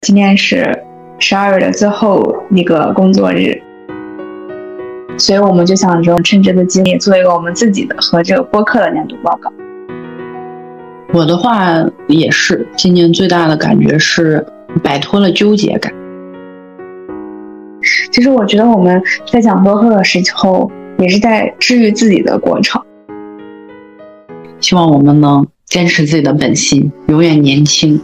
今天是12月的最后一个工作日，所以我们就想着趁这个机会做一个我们自己的和这个播客的年度报告。 我的话也是，今年最大的感觉是摆脱了纠结感。 其实我觉得我们在讲播客的时候，也是在治愈自己的过程。 希望我们能坚持自己的本心，永远年轻。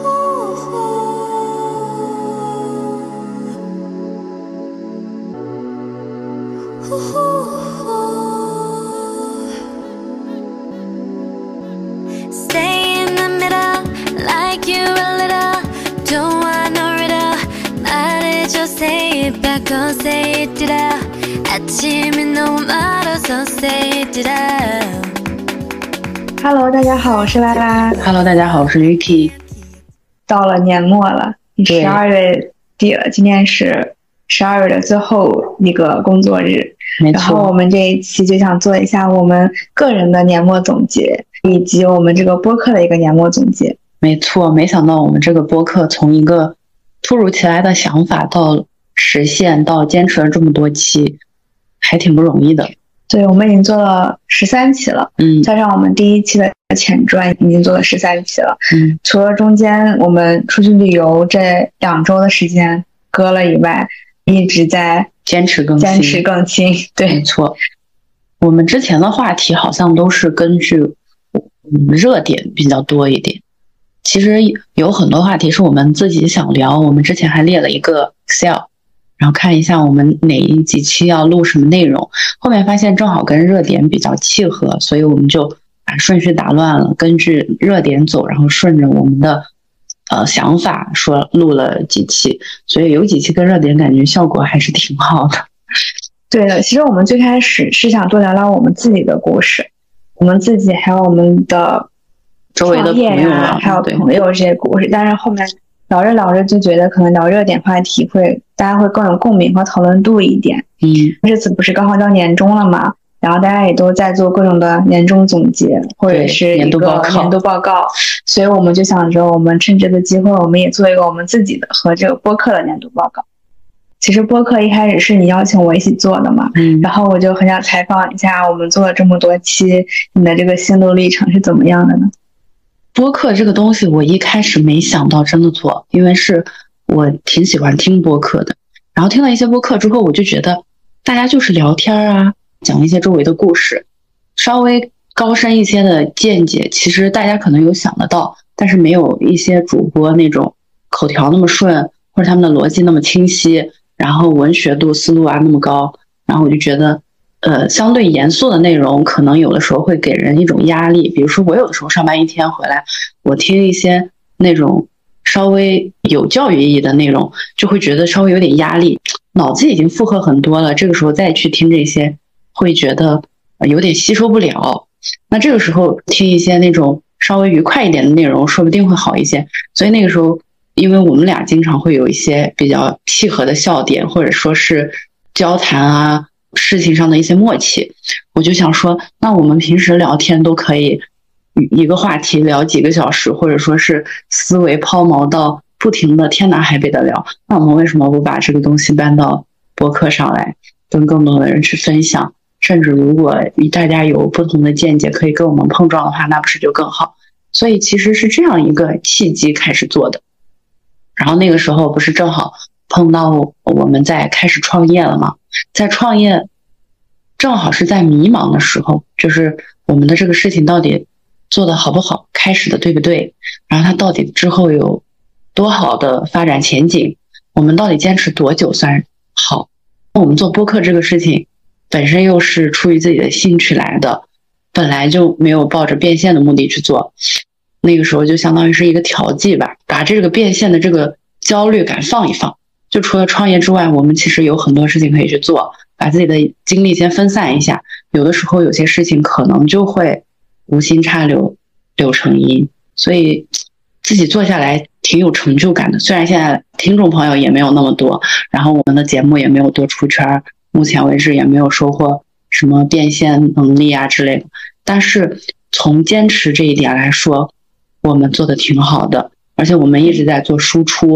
Hello， 大家好，我是拉拉。 Hello， 大家好，我是 Yuki。 到了年末了，12月底了，今天是12月的最后一个工作日。然后我们这一期就想做一下我们个人的年末总结，以及我们这个播客的一个年末总结。 没错，没想到我们这个播客从一个突如其来的想法到实现，到坚持了这么多期，还挺不容易的。 对，我们已经做了13期了，加上我们第1期的前传已经做了13期了。除了中间我们出去旅游这2周的时间割了以外，一直在坚持更新。 对， 没错。我们之前的话题好像都是根据热点比较多一点，其实有很多话题是我们自己想聊，我们之前还列了一个 Excel， 然后看一下我们哪几期要录什么内容，后面发现正好跟热点比较契合，所以我们就把顺序打乱了，根据热点走，然后顺着我们的想法说录了几期，所以有几期跟热点感觉效果还是挺好的。 对的，其实我们最开始是想多聊聊我们自己的故事，我们自己还有我们的周围的朋友还有朋友这些故事，但是后面聊着聊着就觉得可能聊热点话题大家会更有共鸣和讨论度一点。这次不是刚好到年终了嘛，然后大家也都在做各种的年终总结或者是一个年度报告，所以我们就想着我们趁这个机会我们也做一个我们自己的和这个播客的年度报告。其实播客一开始是你邀请我一起做的嘛，然后我就很想采访一下我们做了这么多期，你的这个心路历程是怎么样的呢？ 播客这个东西我一开始没想到真的做，因为是我挺喜欢听播客的，然后听了一些播客之后，我就觉得大家就是聊天啊，讲一些周围的故事，稍微高深一些的见解其实大家可能有想得到，但是没有一些主播那种口条那么顺，或者他们的逻辑那么清晰，然后文学度思路啊那么高，然后我就觉得相对严肃的内容可能有的时候会给人一种压力。比如说我有的时候上班一天回来，我听一些那种稍微有教育意义的内容，就会觉得稍微有点压力，脑子已经负荷很多了，这个时候再去听这些会觉得有点吸收不了。那这个时候听一些那种稍微愉快一点的内容说不定会好一些。所以那个时候因为我们俩经常会有一些比较契合的笑点，或者说是交谈啊事情上的一些默契，我就想说那我们平时聊天都可以一个话题聊几个小时，或者说是思维抛锚到不停的天南海北的聊，那我们为什么不把这个东西搬到播客上来跟更多的人去分享，甚至如果大家有不同的见解可以跟我们碰撞的话，那不是就更好。所以其实是这样一个契机开始做的。然后那个时候不是正好碰到我们在开始创业了吗？在创业正好是在迷茫的时候，就是我们的这个事情到底做得好不好，开始的对不对，然后它到底之后有多好的发展前景，我们到底坚持多久算好。我们做播客这个事情本身又是出于自己的兴趣来的，本来就没有抱着变现的目的去做，那个时候就相当于是一个调剂吧，把这个变现的这个焦虑感放一放。就除了创业之外，我们其实有很多事情可以去做，把自己的精力先分散一下，有的时候有些事情可能就会无心插柳柳成荫，所以自己做下来挺有成就感的。虽然现在听众朋友也没有那么多，然后我们的节目也没有多出圈，目前为止也没有收获什么变现能力啊之类的，但是从坚持这一点来说，我们做的挺好的，而且我们一直在做输出，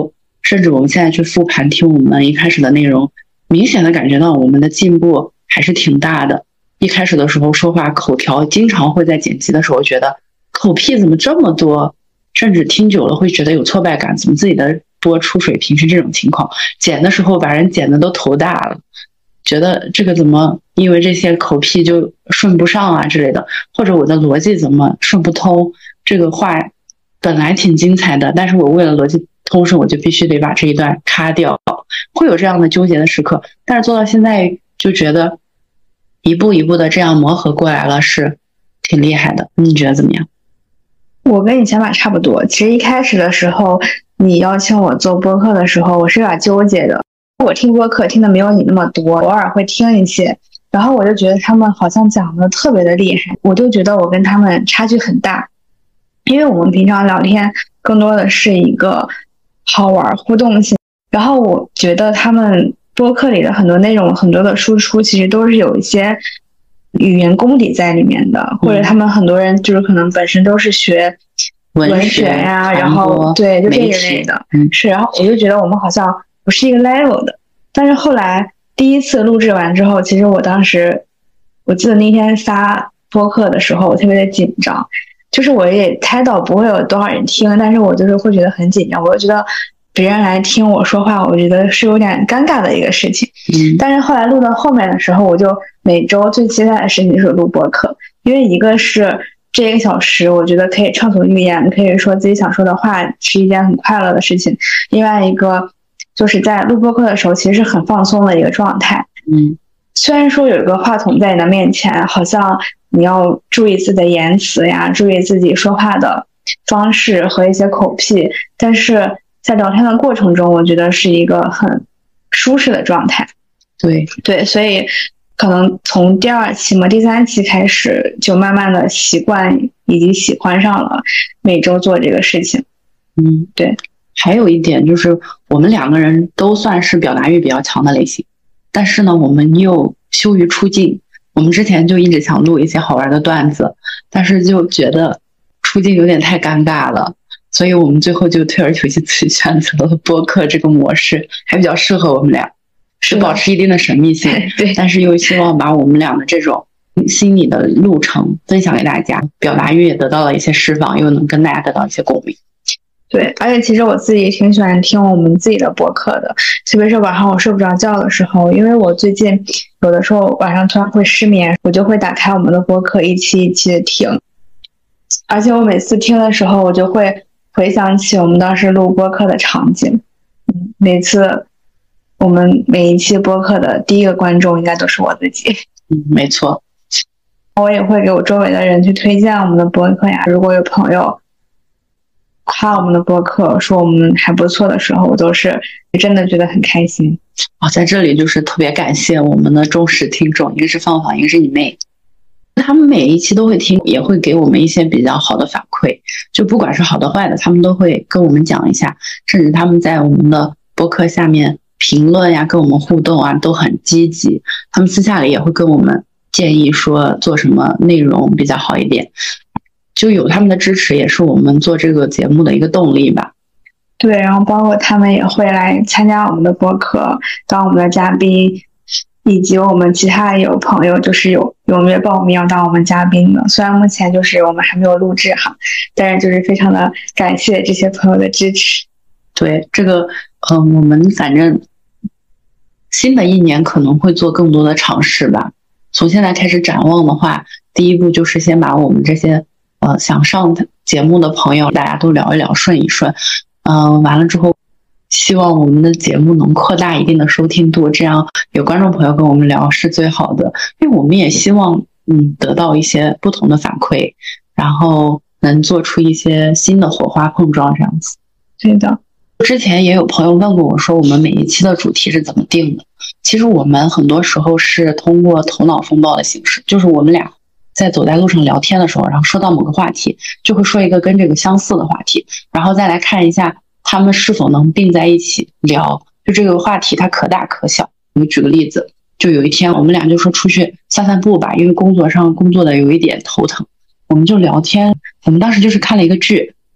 甚至我们现在去复盘听我们一开始的内容，明显的感觉到我们的进步还是挺大的。一开始的时候说话口条经常会在剪辑的时候觉得口屁怎么这么多，甚至听久了会觉得有挫败感，怎么自己的播出水平是这种情况，剪的时候把人剪的都头大了，觉得这个怎么因为这些口屁就顺不上啊之类的，或者我的逻辑怎么顺不通，这个话本来挺精彩的，但是我为了逻辑通顺，我就必须得把这一段卡掉，会有这样的纠结的时刻。但是做到现在就觉得一步一步的这样磨合过来了，是挺厉害的。你觉得怎么样？ 我跟你想法差不多。其实一开始的时候，你邀请我做播客的时候，我是有点纠结的。我听播客听的没有你那么多，偶尔会听一些，然后我就觉得他们好像讲的特别的厉害，我就觉得我跟他们差距很大。因为我们平常聊天更多的是一个好玩互动性，然后我觉得他们播客里的很多内容，很多的输出其实都是有一些语言功底在里面的，或者他们很多人就是可能本身都是学文学呀，然后对，就这一类的，是，然后我就觉得我们好像不是一个 level 的。但是后来第一次录制完之后，其实我当时我记得那天发播客的时候，我特别的紧张，就是我也猜到不会有多少人听，但是我就是会觉得很紧张，我就觉得别人来听我说话，我觉得是有点尴尬的一个事情。但是后来录到后面的时候，我就每周最期待的事情就是录播客，因为一个是这1个小时，我觉得可以畅所欲言，可以说自己想说的话，是一件很快乐的事情。另外一个就是在录播客的时候，其实是很放松的一个状态。虽然说有一个话筒在你的面前，好像你要注意自己的言辞呀，注意自己说话的方式和一些口癖，但是在聊天的过程中，我觉得是一个很舒适的状态。对，所以可能从第2期嘛，第3期开始就慢慢的习惯以及喜欢上了每周做这个事情。对。 还有一点就是我们2个人都算是表达欲比较强的类型，但是呢我们又羞于出镜。我们之前就一直想录一些好玩的段子，但是就觉得出镜有点太尴尬了，所以我们最后就退而求其次选择了播客这个模式，还比较适合我们俩，是保持一定的神秘性， 对， 但是又希望把我们俩的这种心理的路程分享给大家，表达欲也得到了一些释放，又能跟大家得到一些共鸣。 对，而且其实我自己挺喜欢听我们自己的播客的，特别是晚上我睡不着觉的时候，因为我最近有的时候晚上突然会失眠，我就会打开我们的播客一期一期的听，而且我每次听的时候，我就会回想起我们当时录播客的场景。每次我们每一期播客的第一个观众应该都是我自己。 没错。 我也会给我周围的人去推荐我们的播客呀，如果有朋友夸我们的播客说我们还不错的时候，我都是真的觉得很开心。 在这里就是特别感谢我们的忠实听众，一个是放放，一个是你妹，他们每一期都会听，也会给我们一些比较好的反馈，就不管是好的坏的，他们都会跟我们讲一下，甚至他们在我们的播客下面评论呀，跟我们互动啊，都很积极。他们私下里也会跟我们建议说做什么内容比较好一点，就有他们的支持，也是我们做这个节目的一个动力吧。 对，然后包括他们也会来参加我们的播客，当我们的嘉宾，以及我们其他有朋友就是有约报名要当我们嘉宾的。虽然目前就是我们还没有录制哈，但是就是非常的感谢这些朋友的支持。 对，这个我们反正新的一年可能会做更多的尝试吧。从现在开始展望的话，第一步就是先把我们这些想上节目的朋友大家都聊一聊，顺一顺。完了之后希望我们的节目能扩大一定的收听度，这样有观众朋友跟我们聊是最好的，因为我们也希望得到一些不同的反馈，然后能做出一些新的火花碰撞这样子。 对的。 之前也有朋友问过我说我们每一期的主题是怎么定的，其实我们很多时候是通过头脑风暴的形式，就是我们俩在走在路上聊天的时候，然后说到某个话题，就会说一个跟这个相似的话题，然后再来看一下他们是否能并在一起聊，就这个话题它可大可小。我举个例子，就有一天我们俩就说出去散散步吧，因为工作的有一点头疼，我们就聊天。我们当时就是看了一个剧，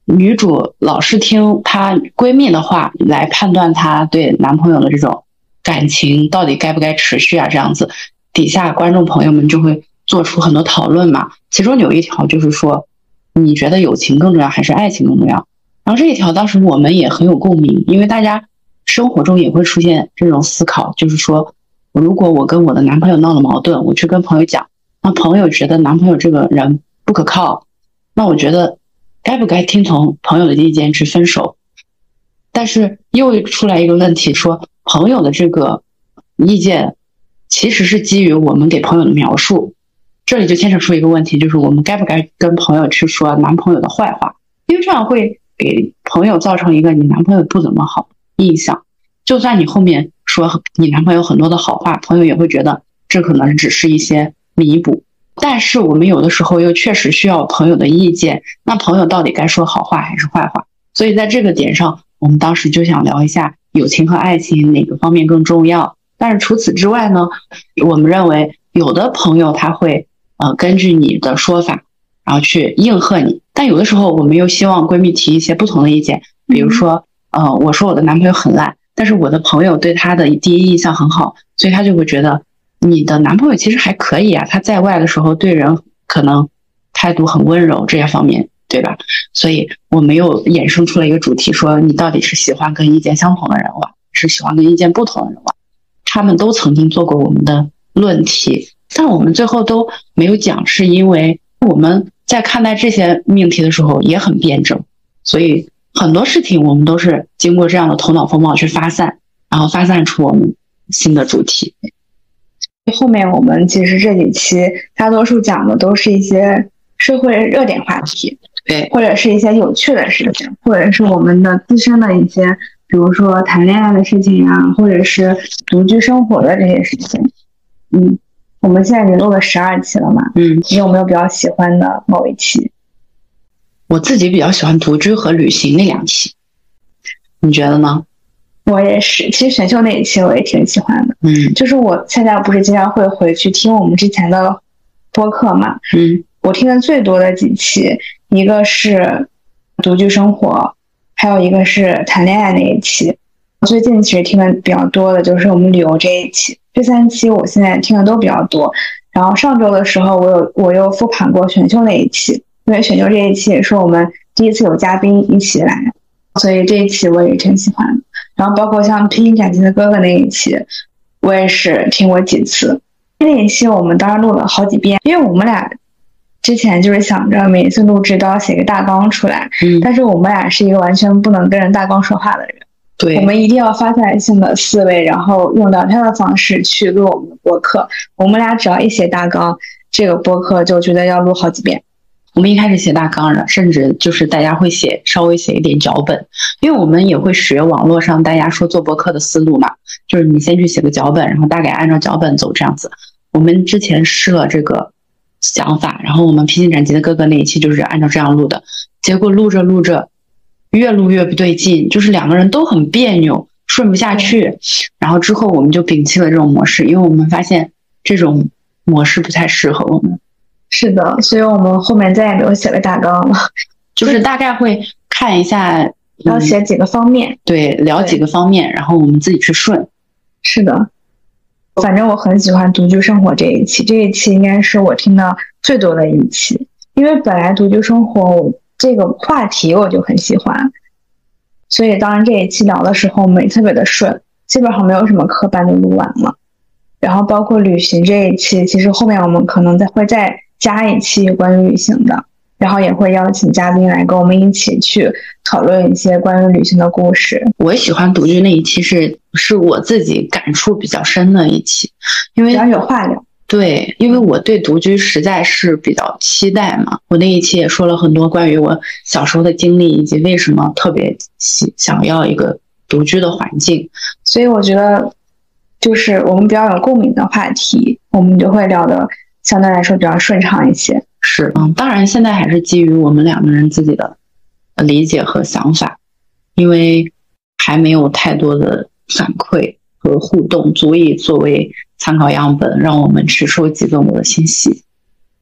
女主老是听她闺蜜的话来判断她对男朋友的这种感情到底该不该持续啊，这样子，底下观众朋友们就会做出很多讨论嘛。其中有一条就是说，你觉得友情更重要还是爱情更重要？然后这一条当时我们也很有共鸣，因为大家生活中也会出现这种思考，就是说，如果我跟我的男朋友闹了矛盾，我去跟朋友讲，那朋友觉得男朋友这个人不可靠，那我觉得该不该听从朋友的意见去分手？但是又出来一个问题，说朋友的这个意见其实是基于我们给朋友的描述，这里就牵扯出一个问题，就是我们该不该跟朋友去说男朋友的坏话，因为这样会给朋友造成一个你男朋友不怎么好印象。就算你后面说你男朋友很多的好话，朋友也会觉得这可能只是一些弥补。但是我们有的时候又确实需要朋友的意见，那朋友到底该说好话还是坏话？所以在这个点上，我们当时就想聊一下友情和爱情哪个方面更重要。但是除此之外呢，我们认为有的朋友他会根据你的说法然后去应和你，但有的时候我们又希望闺蜜提一些不同的意见，比如说我说我的男朋友很烂，但是我的朋友对他的第一印象很好，所以他就会觉得你的男朋友其实还可以啊，他在外的时候对人可能态度很温柔，这些方面对吧？所以我们又衍生出了一个主题，说你到底是喜欢跟意见相同的人玩，是喜欢跟意见不同的人玩？他们都曾经做过我们的论题，但我们最后都没有讲，是因为我们在看待这些命题的时候也很辩证，所以很多事情我们都是经过这样的头脑风暴去发散，然后发散出我们新的主题。 后面我们其实这几期大多数讲的都是一些社会热点话题， 对， 或者是一些有趣的事情，或者是我们的自身的一些，比如说谈恋爱的事情啊，或者是独居生活的这些事情。我们现在已经录了12期了嘛，你有没有比较喜欢的某一期？ 我自己比较喜欢独居和旅行那2期，你觉得呢？ 我也是，其实选秀那一期我也挺喜欢的。就是我现在不是经常会回去听我们之前的播客嘛，我听的最多的几期，一个是独居生活，还有一个是谈恋爱那一期。最近其实听的比较多的就是我们旅游这一期，这3期我现在听的都比较多。然后上周的时候我又复盘过选秀那一期，因为选秀这一期也是我们第一次有嘉宾一起来，所以这一期我也挺喜欢的。然后包括像披荆斩棘的哥哥那一期，我也是听过几次。那一期我们当时录了好几遍，因为我们俩之前就是想着每一次录制都要写个大纲出来，但是我们俩是一个完全不能跟人大纲说话的人， 对， 我们一定要发散性的思维，然后用聊天的方式去录我们的播客。我们俩只要一写大纲，这个播客就觉得要录好几遍。 我们一开始写大纲了，甚至就是大家会稍微写一点脚本，因为我们也会学网络上大家说做播客的思路嘛，就是你先去写个脚本，然后大概按照脚本走这样子。我们之前试了这个想法，然后我们披荆斩棘的哥哥那一期就是按照这样录的，结果录着录着越录越不对劲，就是2个人都很别扭，顺不下去。然后之后我们就摒弃了这种模式，因为我们发现这种模式不太适合我们。 是的，所以我们后面再也没有写个大纲了， 就是大概会看一下要写几个方面， 对，聊几个方面，然后我们自己去顺。 是的，反正我很喜欢独居生活这一期，这一期应该是我听的最多的一期，因为本来独居生活这个话题我就很喜欢，所以当然这一期聊的时候我们也特别的顺，基本上没有什么磕绊就录完了。然后包括旅行这一期，其实后面我们可能会再加一期关于旅行的，然后也会邀请嘉宾来跟我们一起去讨论一些关于旅行的故事。 我喜欢独居那一期是我自己感触比较深的一期，因为比较有话聊。 对，因为我对独居实在是比较期待嘛，我那一期也说了很多关于我小时候的经历，以及为什么特别想要一个独居的环境。 所以我觉得就是我们比较有共鸣的话题，我们就会聊得相对来说比较顺畅一些。 是，当然现在还是基于我们2个人自己的理解和想法，因为还没有太多的反馈和互动，足以作为参考样本，让我们去收集更多的信息。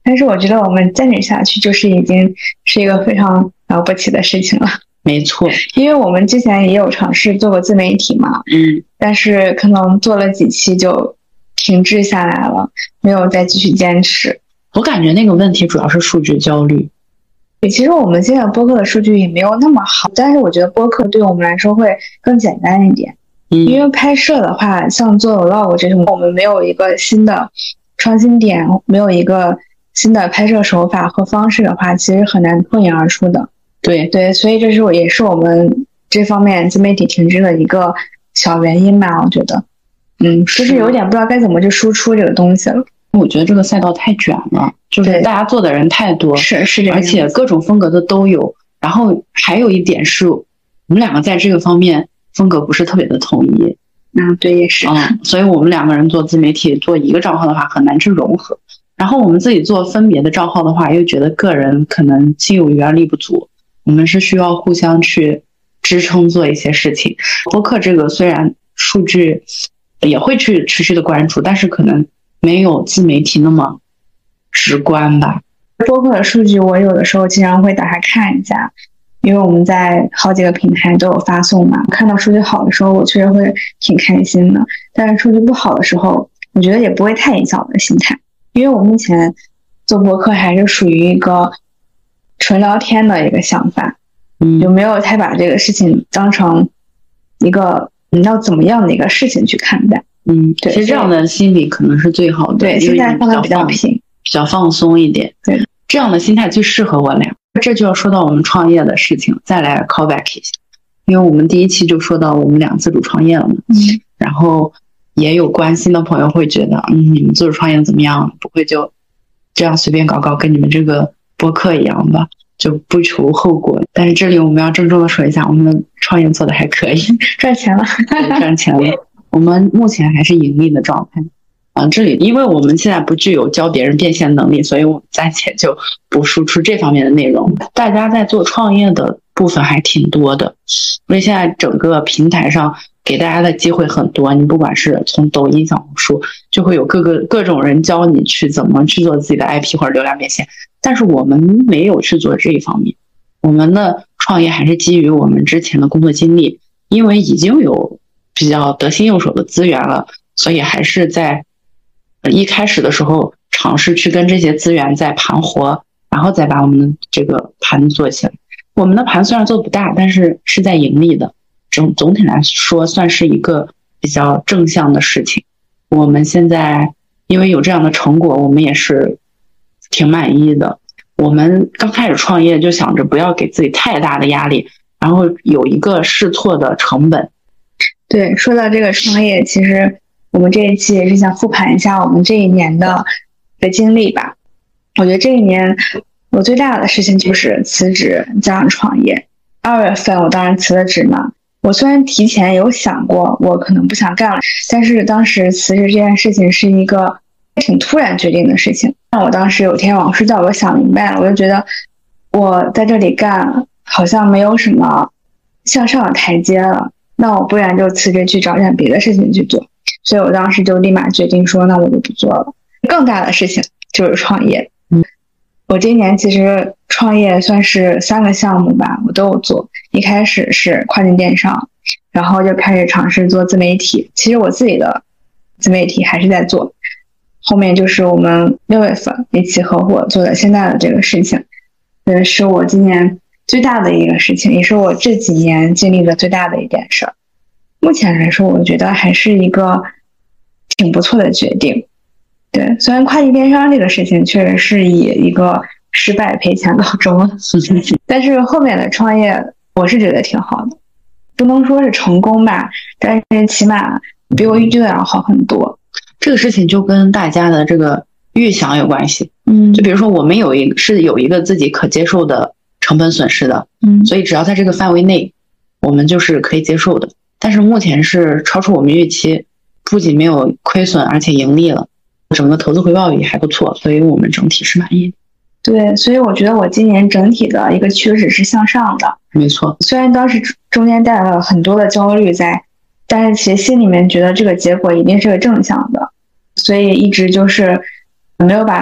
但是我觉得我们坚持下去就是已经是一个非常了不起的事情了。 没错， 因为我们之前也有尝试做过自媒体嘛，但是可能做了几期就停滞下来了，没有再继续坚持。 我感觉那个问题主要是数据焦虑。 其实我们现在播客的数据也没有那么好，但是我觉得播客对我们来说会更简单一点。因为拍摄的话，像做 vlog 这种，我们没有一个新的创新点，没有一个新的拍摄手法和方式的话，其实很难脱颖而出的。对，所以这是也是我们这方面自媒体停滞的一个小原因吧，我觉得。就是有点不知道该怎么去输出这个东西了。 我觉得这个赛道太卷了，就是大家做的人太多， 是这样， 而且各种风格的都有。然后还有一点是，我们两个在这个方面风格不是特别的统一。 对，也是。 所以我们两个人做自媒体做一个账号的话很难去融合。然后我们自己做分别的账号的话，又觉得个人可能心有余而力不足。我们是需要互相去支撑做一些事情。播客这个虽然数据也会去持续的关注，但是可能没有自媒体那么直观吧。 播客的数据我有的时候经常会打开看一下，因为我们在好几个平台都有发送嘛。看到数据好的时候我确实会挺开心的，但是数据不好的时候我觉得也不会太影响我的心态，因为我目前做播客还是属于一个纯聊天的一个想法，有没有太把这个事情当成一个要怎么样的一个事情去看待。 对，其实这样的心理可能是最好的。 对，现在放的比较平， 比较放松一点。 对， 这样的心态最适合我俩。这就要说到我们创业的事情，再来 call back 一下，因为我们第一期就说到我们俩自主创业了嘛。然后也有关心的朋友会觉得，你们自主创业怎么样？不会就这样随便搞搞，跟你们这个播客一样吧？就不求后果。但是这里我们要郑重的说一下，我们的创业做的还可以， 赚钱了， 赚钱了。我们目前还是盈利的状态。这里因为我们现在不具有教别人变现能力，所以我们暂且就不输出这方面的内容。大家在做创业的部分还挺多的，因为现在整个平台上给大家的机会很多，你不管是从抖音、小红书，就会有各种人教你去怎么去做自己的 IP 或者流量变现。但是我们没有去做这一方面，我们的创业还是基于我们之前的工作经历，因为已经有比较得心应手的资源了，所以还是在一开始的时候尝试去跟这些资源再盘活，然后再把我们的这个盘做起来。我们的盘虽然做不大，但是是在盈利的，总体来说算是一个比较正向的事情。我们现在因为有这样的成果，我们也是挺满意的。我们刚开始创业就想着不要给自己太大的压力，然后有一个试错的成本。 对，说到这个创业，其实我们这一期也是想复盘一下我们这一年的经历吧。我觉得这一年我最大的事情就是辞职加上创业。2月份我当然辞了职嘛，我虽然提前有想过我可能不想干了，但是当时辞职这件事情是一个挺突然决定的事情。我当时有天晚上睡觉我想明白了，我就觉得我在这里干好像没有什么向上的台阶了，那我不然就辞职去找点别的事情去做。所以我当时就立马决定说那我就不做了。更大的事情就是创业。我今年其实创业算是3个项目吧，我都有做。一开始是跨境电商，然后就开始尝试做自媒体，其实我自己的自媒体还是在做。后面就是我们6月份一起合伙做的现在的这个事情，是我今年最大的一个事情，也是我这几年经历的最大的一件事儿。目前来说我觉得还是一个挺不错的决定。对，虽然跨境电商这个事情确实是以一个失败赔钱告终了，但是后面的创业我是觉得挺好的，不能说是成功吧，但是起码比我预计的要好很多。 这个事情就跟大家的这个预想有关系。就比如说我们有一个自己可接受的成本损失的，所以只要在这个范围内我们就是可以接受的。但是目前是超出我们预期，不仅没有亏损而且盈利了，整个投资回报也还不错，所以我们整体是满意的。 对，所以我觉得我今年整体的一个趋势是向上的。 没错， 虽然当时中间带来了很多的焦虑在，但是其实心里面觉得这个结果一定是个正向的，所以一直就是没有把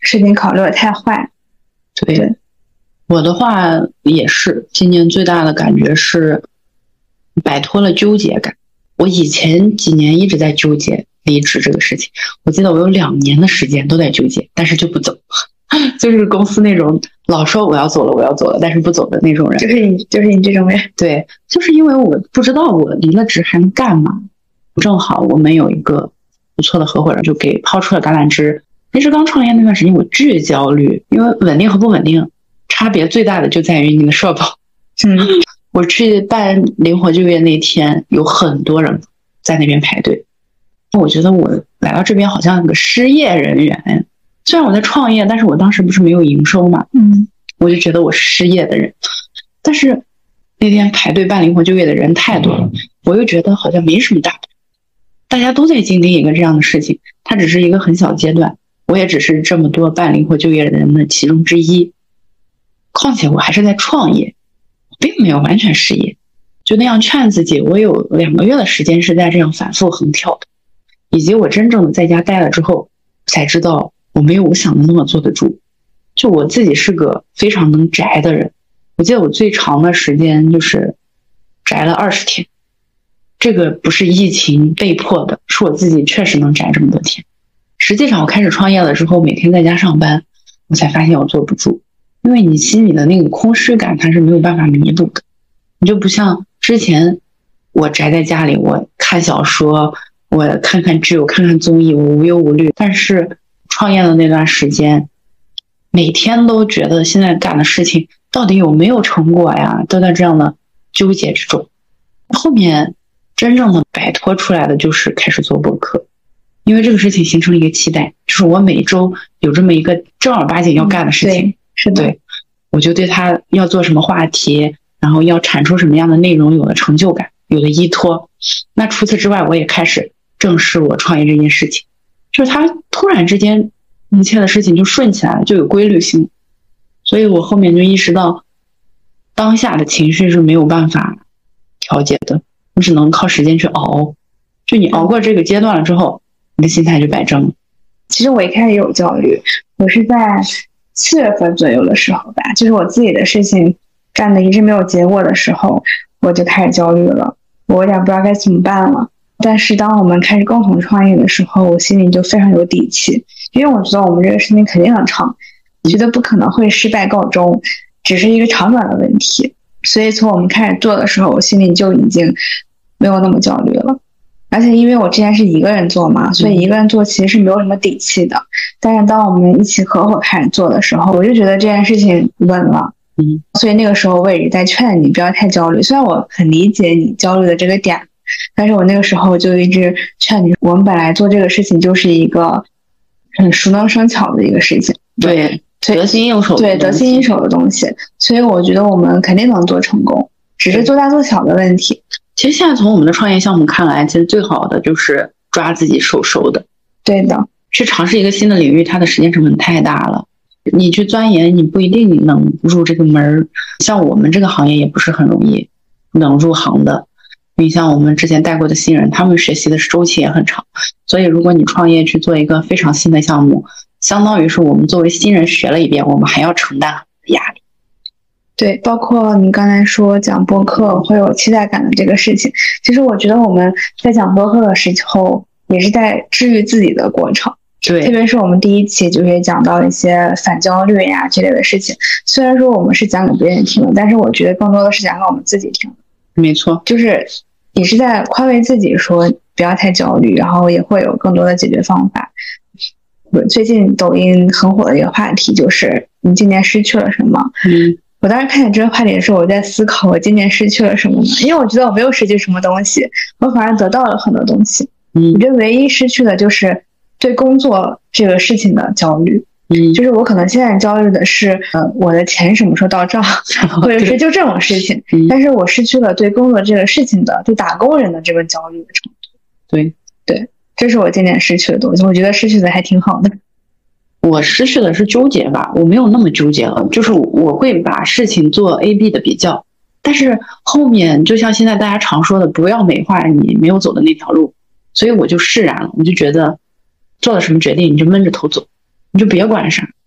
事情考虑的太坏。 对，我的话也是，今年最大的感觉是摆脱了纠结感。我以前几年一直在纠结离职这个事情，我记得我有2年的时间都在纠结，但是就不走，就是公司那种老说我要走了，我要走了，但是不走的那种人。 就是你这种人。 对，就是因为我不知道我离了职还能干嘛。正好我们有一个不错的合伙人，就给抛出了橄榄枝。其实刚创业那段时间我巨焦虑，因为稳定和不稳定差别最大的就在于你的社保。我去办灵活就业那天，有很多人在那边排队。我觉得我来到这边好像个失业人员，虽然我在创业，但是我当时不是没有营收嘛，我就觉得我是失业的人。但是那天排队办灵活就业的人太多了，我又觉得好像没什么大不了，大家都在经历一个这样的事情，它只是一个很小阶段，我也只是这么多办灵活就业的人的其中之一。况且我还是在创业，并没有完全失业，就那样劝自己。我有2个月的时间是在这样反复横跳的，以及我真正的在家待了之后，才知道我没有我想的那么坐得住。就我自己是个非常能宅的人，我记得我最长的时间就是宅了20天，这个不是疫情被迫的，是我自己确实能宅这么多天。实际上我开始创业了之后，每天在家上班，我才发现我坐不住，因为你心里的那个空虚感它是没有办法弥补的。你就不像之前我宅在家里，我看小说，我看看剧，我看看综艺，我无忧无虑。但是创业的那段时间，每天都觉得现在干的事情到底有没有成果呀，都在这样的纠结之中。后面真正的摆脱出来的就是开始做播客，因为这个事情形成了一个期待，就是我每周有这么一个正儿八经要干的事情。 是的， 对，我就对他要做什么话题，然后要产出什么样的内容有了成就感，有了依托。那除此之外，我也开始正视我创业这件事情，就是他突然之间一切的事情就顺起来了，就有规律性。所以我后面就意识到，当下的情绪是没有办法调节的，你只能靠时间去熬。就你熬过这个阶段了之后，你的心态就摆正了。 其实我一开始也有焦虑，我是在4月份左右的时候吧，就是我自己的事情干的一直没有结果的时候，我就开始焦虑了，我有点不知道该怎么办了。但是当我们开始共同创业的时候，我心里就非常有底气，因为我觉得我们这个事情肯定能成，觉得不可能会失败告终，只是一个长短的问题。所以从我们开始做的时候，我心里就已经没有那么焦虑了。而且因为我之前是一个人做嘛，所以一个人做其实是没有什么底气的。但是当我们一起合伙开始做的时候，我就觉得这件事情稳了。所以那个时候我也在劝你不要太焦虑，虽然我很理解你焦虑的这个点，但是我那个时候就一直劝你，我们本来做这个事情就是一个很熟能生巧的一个事情， 对，得心应手， 对，得心应手的东西，所以我觉得我们肯定能做成功，只是做大做小的问题。 其实现在从我们的创业项目看来，其实最好的就是抓自己手熟的。 对的， 去尝试一个新的领域，它的时间成本太大了。你去钻研，你不一定能入这个门。像我们这个行业也不是很容易能入行的。你像我们之前带过的新人，他们学习的周期也很长。所以如果你创业去做一个非常新的项目，相当于是我们作为新人学了一遍，我们还要承担压力。 对，包括你刚才说讲播客会有期待感的这个事情，其实我觉得我们在讲播客的时候也是在治愈自己的过程。 对， 特别是我们第1期就是讲到一些反焦虑呀这类的事情，虽然说我们是讲给别人听的，但是我觉得更多的是讲给我们自己听的。 没错， 就是也是在宽慰自己说不要太焦虑，然后也会有更多的解决方法。最近抖音很火的一个话题就是你今年失去了什么。我当时看见这个话题的时候，我在思考我今年失去了什么呢？因为我觉得我没有失去什么东西，我反而得到了很多东西。我觉得唯一失去的就是对工作这个事情的焦虑。就是我可能现在焦虑的是我的钱什么时候到账，或者是就这种事情。但是我失去了对工作这个事情的，对打工人的这个焦虑的程度。对，这是我今年失去的东西，我觉得失去的还挺好的。 我失去的是纠结吧，我没有那么纠结了，就是我会把事情做 A、B 的比较，但是后面就像现在大家常说的，不要美化你没有走的那条路，所以我就释然了，我就觉得做了什么决定你就闷着头走，你就别管啥，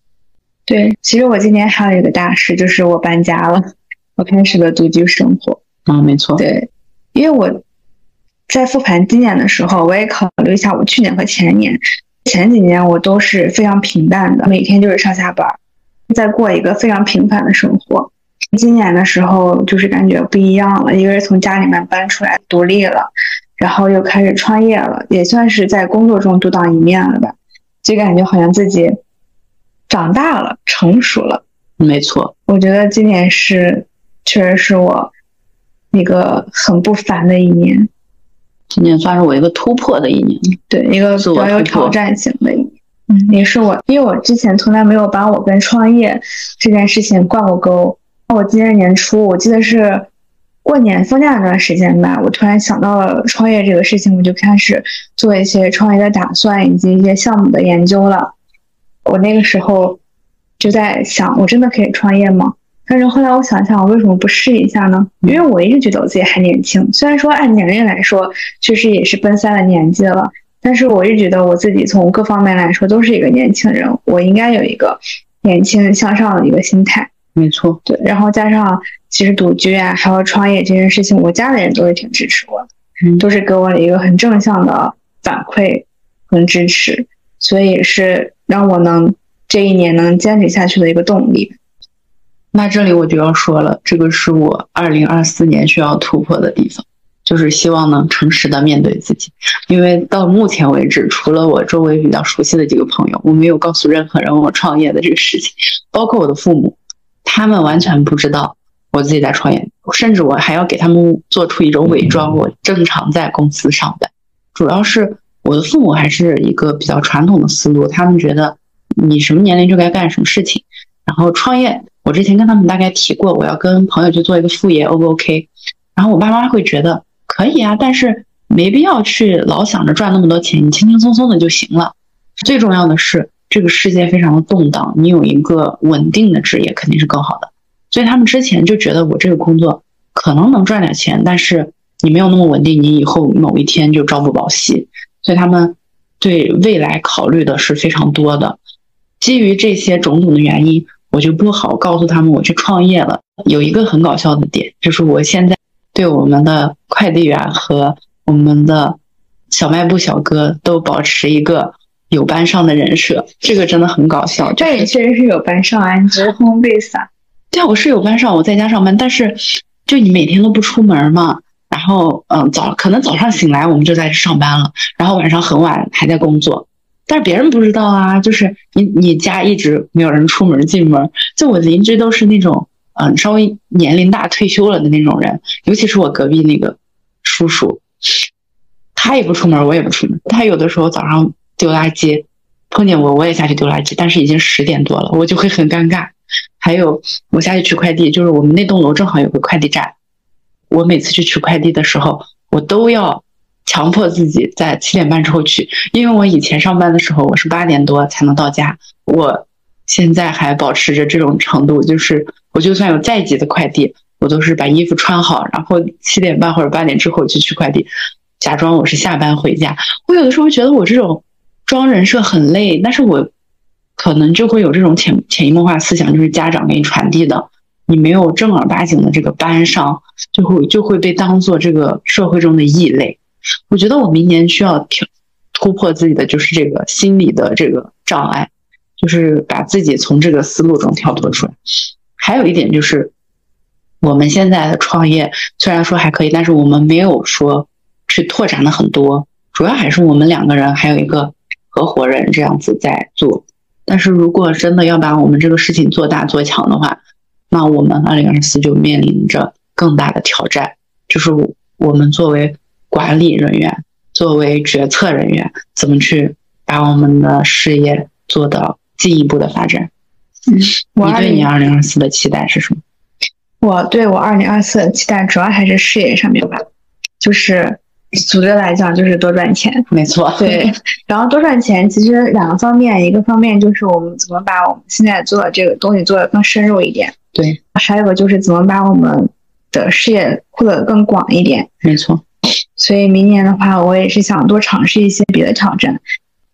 对，其实我今年还有一个大事，就是我搬家了，我开始了独居生活。 没错。 对，因为我在复盘今年的时候，我也考虑一下我去年和前年。前几年我都是非常平淡的，每天就是上下班，在过一个非常平凡的生活。今年的时候就是感觉不一样了，一个是从家里面搬出来独立了，然后又开始创业了，也算是在工作中独当一面了吧，就感觉好像自己长大了，成熟了。 没错， 我觉得今年确实是我一个很不凡的一年。 今年算是我一个突破的一年， 对，一个比较有挑战性的一年。也是我，因为我之前从来没有把我跟创业这件事情挂过钩。我今年年初，我记得是过年放假那段时间吧，我突然想到了创业这个事情，我就开始做一些创业的打算以及一些项目的研究了。我那个时候就在想，我真的可以创业吗？但是后来我想想，我为什么不试一下呢？因为我一直觉得我自己还年轻，虽然说按年龄来说确实也是奔三的年纪了，但是我一直觉得我自己从各方面来说都是一个年轻人，我应该有一个年轻向上的一个心态。 没错， 对，然后加上其实独居啊还有创业这件事情，我家里人都是挺支持我的，都是给我一个很正向的反馈和支持，所以是让我这一年能坚持下去的一个动力。 那这里我就要说了，这个是我2024年需要突破的地方，就是希望能诚实的面对自己。因为到目前为止，除了我周围比较熟悉的几个朋友，我没有告诉任何人我创业的这个事情，包括我的父母，他们完全不知道我自己在创业，甚至我还要给他们做出一种伪装，我正常在公司上班。主要是我的父母还是一个比较传统的思路，他们觉得你什么年龄就该干什么事情，然后创业我之前跟他们大概提过，我要跟朋友去做一个副业 O 不 OK， 然后我爸妈会觉得可以啊，但是没必要去老想着赚那么多钱，你轻轻松松的就行了。最重要的是这个世界非常的动荡，你有一个稳定的职业肯定是更好的。所以他们之前就觉得我这个工作可能能赚点钱，但是你没有那么稳定，你以后某一天就朝不保夕，所以他们对未来考虑的是非常多的。基于这些种种的原因，我就不好告诉他们我去创业了。有一个很搞笑的点，就是我现在对我们的快递员和我们的小卖部小哥都保持一个有班上的人设，这个真的很搞笑。 这也确实是有班上啊，你只是 home base 啊。 对啊，我是有班上，我在家上班，但是就你每天都不出门嘛，然后可能早上醒来我们就在上班了，然后晚上很晚还在工作，但是别人不知道啊，就是你家一直没有人出门进门，就我邻居都是那种稍微年龄大退休了的那种人，尤其是我隔壁那个叔叔，他也不出门，我也不出门，他有的时候早上丢垃圾碰见我也下去丢垃圾，但是已经10点多了，我就会很尴尬。还有我下去取快递，就是我们那栋楼正好有个快递站，我每次去取快递的时候，我都要强迫自己在7点半之后去，因为我以前上班的时候我是8点多才能到家，我现在还保持着这种程度，就是我就算有再急的快递，我都是把衣服穿好，然后7点半或者8点之后去取快递，假装我是下班回家。我有的时候觉得我这种装人设很累，但是我可能就会有这种潜移默化思想，就是家长给你传递的，你没有正儿八经的这个班上，就会被当做这个社会中的异类。我觉得我明年需要突破自己的就是这个心理的这个障碍，就是把自己从这个思路中跳脱出来。还有一点就是我们现在的创业虽然说还可以，但是我们没有说去拓展的很多，主要还是我们2个人还有一个合伙人这样子在做。但是如果真的要把我们这个事情做大做强的话，那我们2024就面临着更大的挑战，就是我们作为管理人员，作为决策人员，怎么去把我们的事业做到进一步的发展。你对你2024的期待是什么？ 我对我2024的期待主要还是事业上面吧，就是组织来讲就是多赚钱。 没错， 对。然后多赚钱其实2个方面，一个方面就是我们怎么把我们现在做的这个东西做得更深入一点， 对。 还有个就是怎么把我们的事业扩得更广一点。 没错。 所以明年的话，我也是想多尝试一些别的挑战。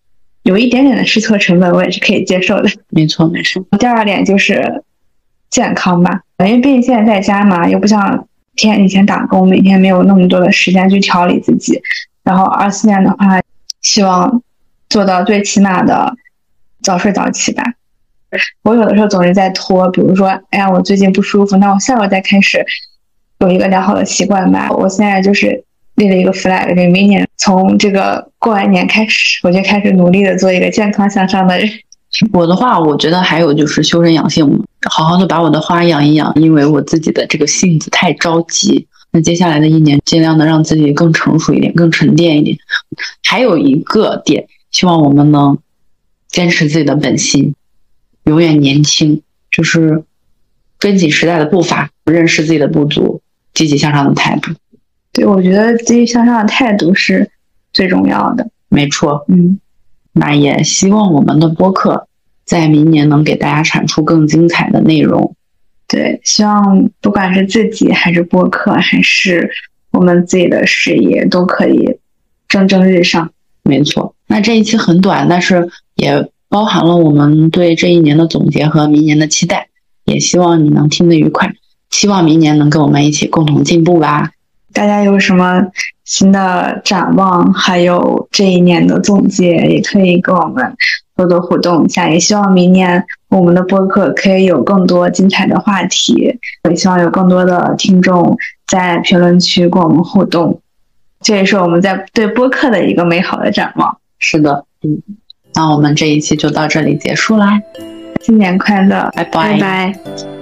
有一点点的试错成本，我也是可以接受的。 没错，没错。 第二点就是健康吧，因为毕竟现在在家嘛，又不像以前打工，每天没有那么多的时间去调理自己。然后24年的话，希望做到最起码的早睡早起吧。我有的时候总是在拖，比如说，哎呀，我最近不舒服，那我下周再开始有一个良好的习惯吧。我现在就是立了一个 flag， 就明年从这个过完年开始，我就开始努力的做一个健康向上的人。 我的话，我觉得还有就是修身养性，好好的把我的花养一养，因为我自己的这个性子太着急。那接下来的一年，尽量的让自己更成熟一点，更沉淀一点。还有一个点，希望我们能坚持自己的本心，永远年轻，就是跟紧时代的步伐，认识自己的不足，积极向上的态度。 对，我觉得积极向上的态度是最重要的。 没错，那也希望我们的播客在明年能给大家产出更精彩的内容。 对，希望不管是自己还是播客，还是我们自己的事业，都可以蒸蒸日上。 没错，那这一期很短，但是也包含了我们对这一年的总结和明年的期待，也希望你能听得愉快，希望明年能跟我们一起共同进步吧。 大家有什么新的展望，还有这一年的总结，也可以跟我们多多互动一下。也希望明年我们的播客可以有更多精彩的话题，也希望有更多的听众在评论区跟我们互动，这也是我们在对播客的一个美好的展望。 是的，那我们这一期就到这里结束啦， 新年快乐， 拜拜。 拜拜。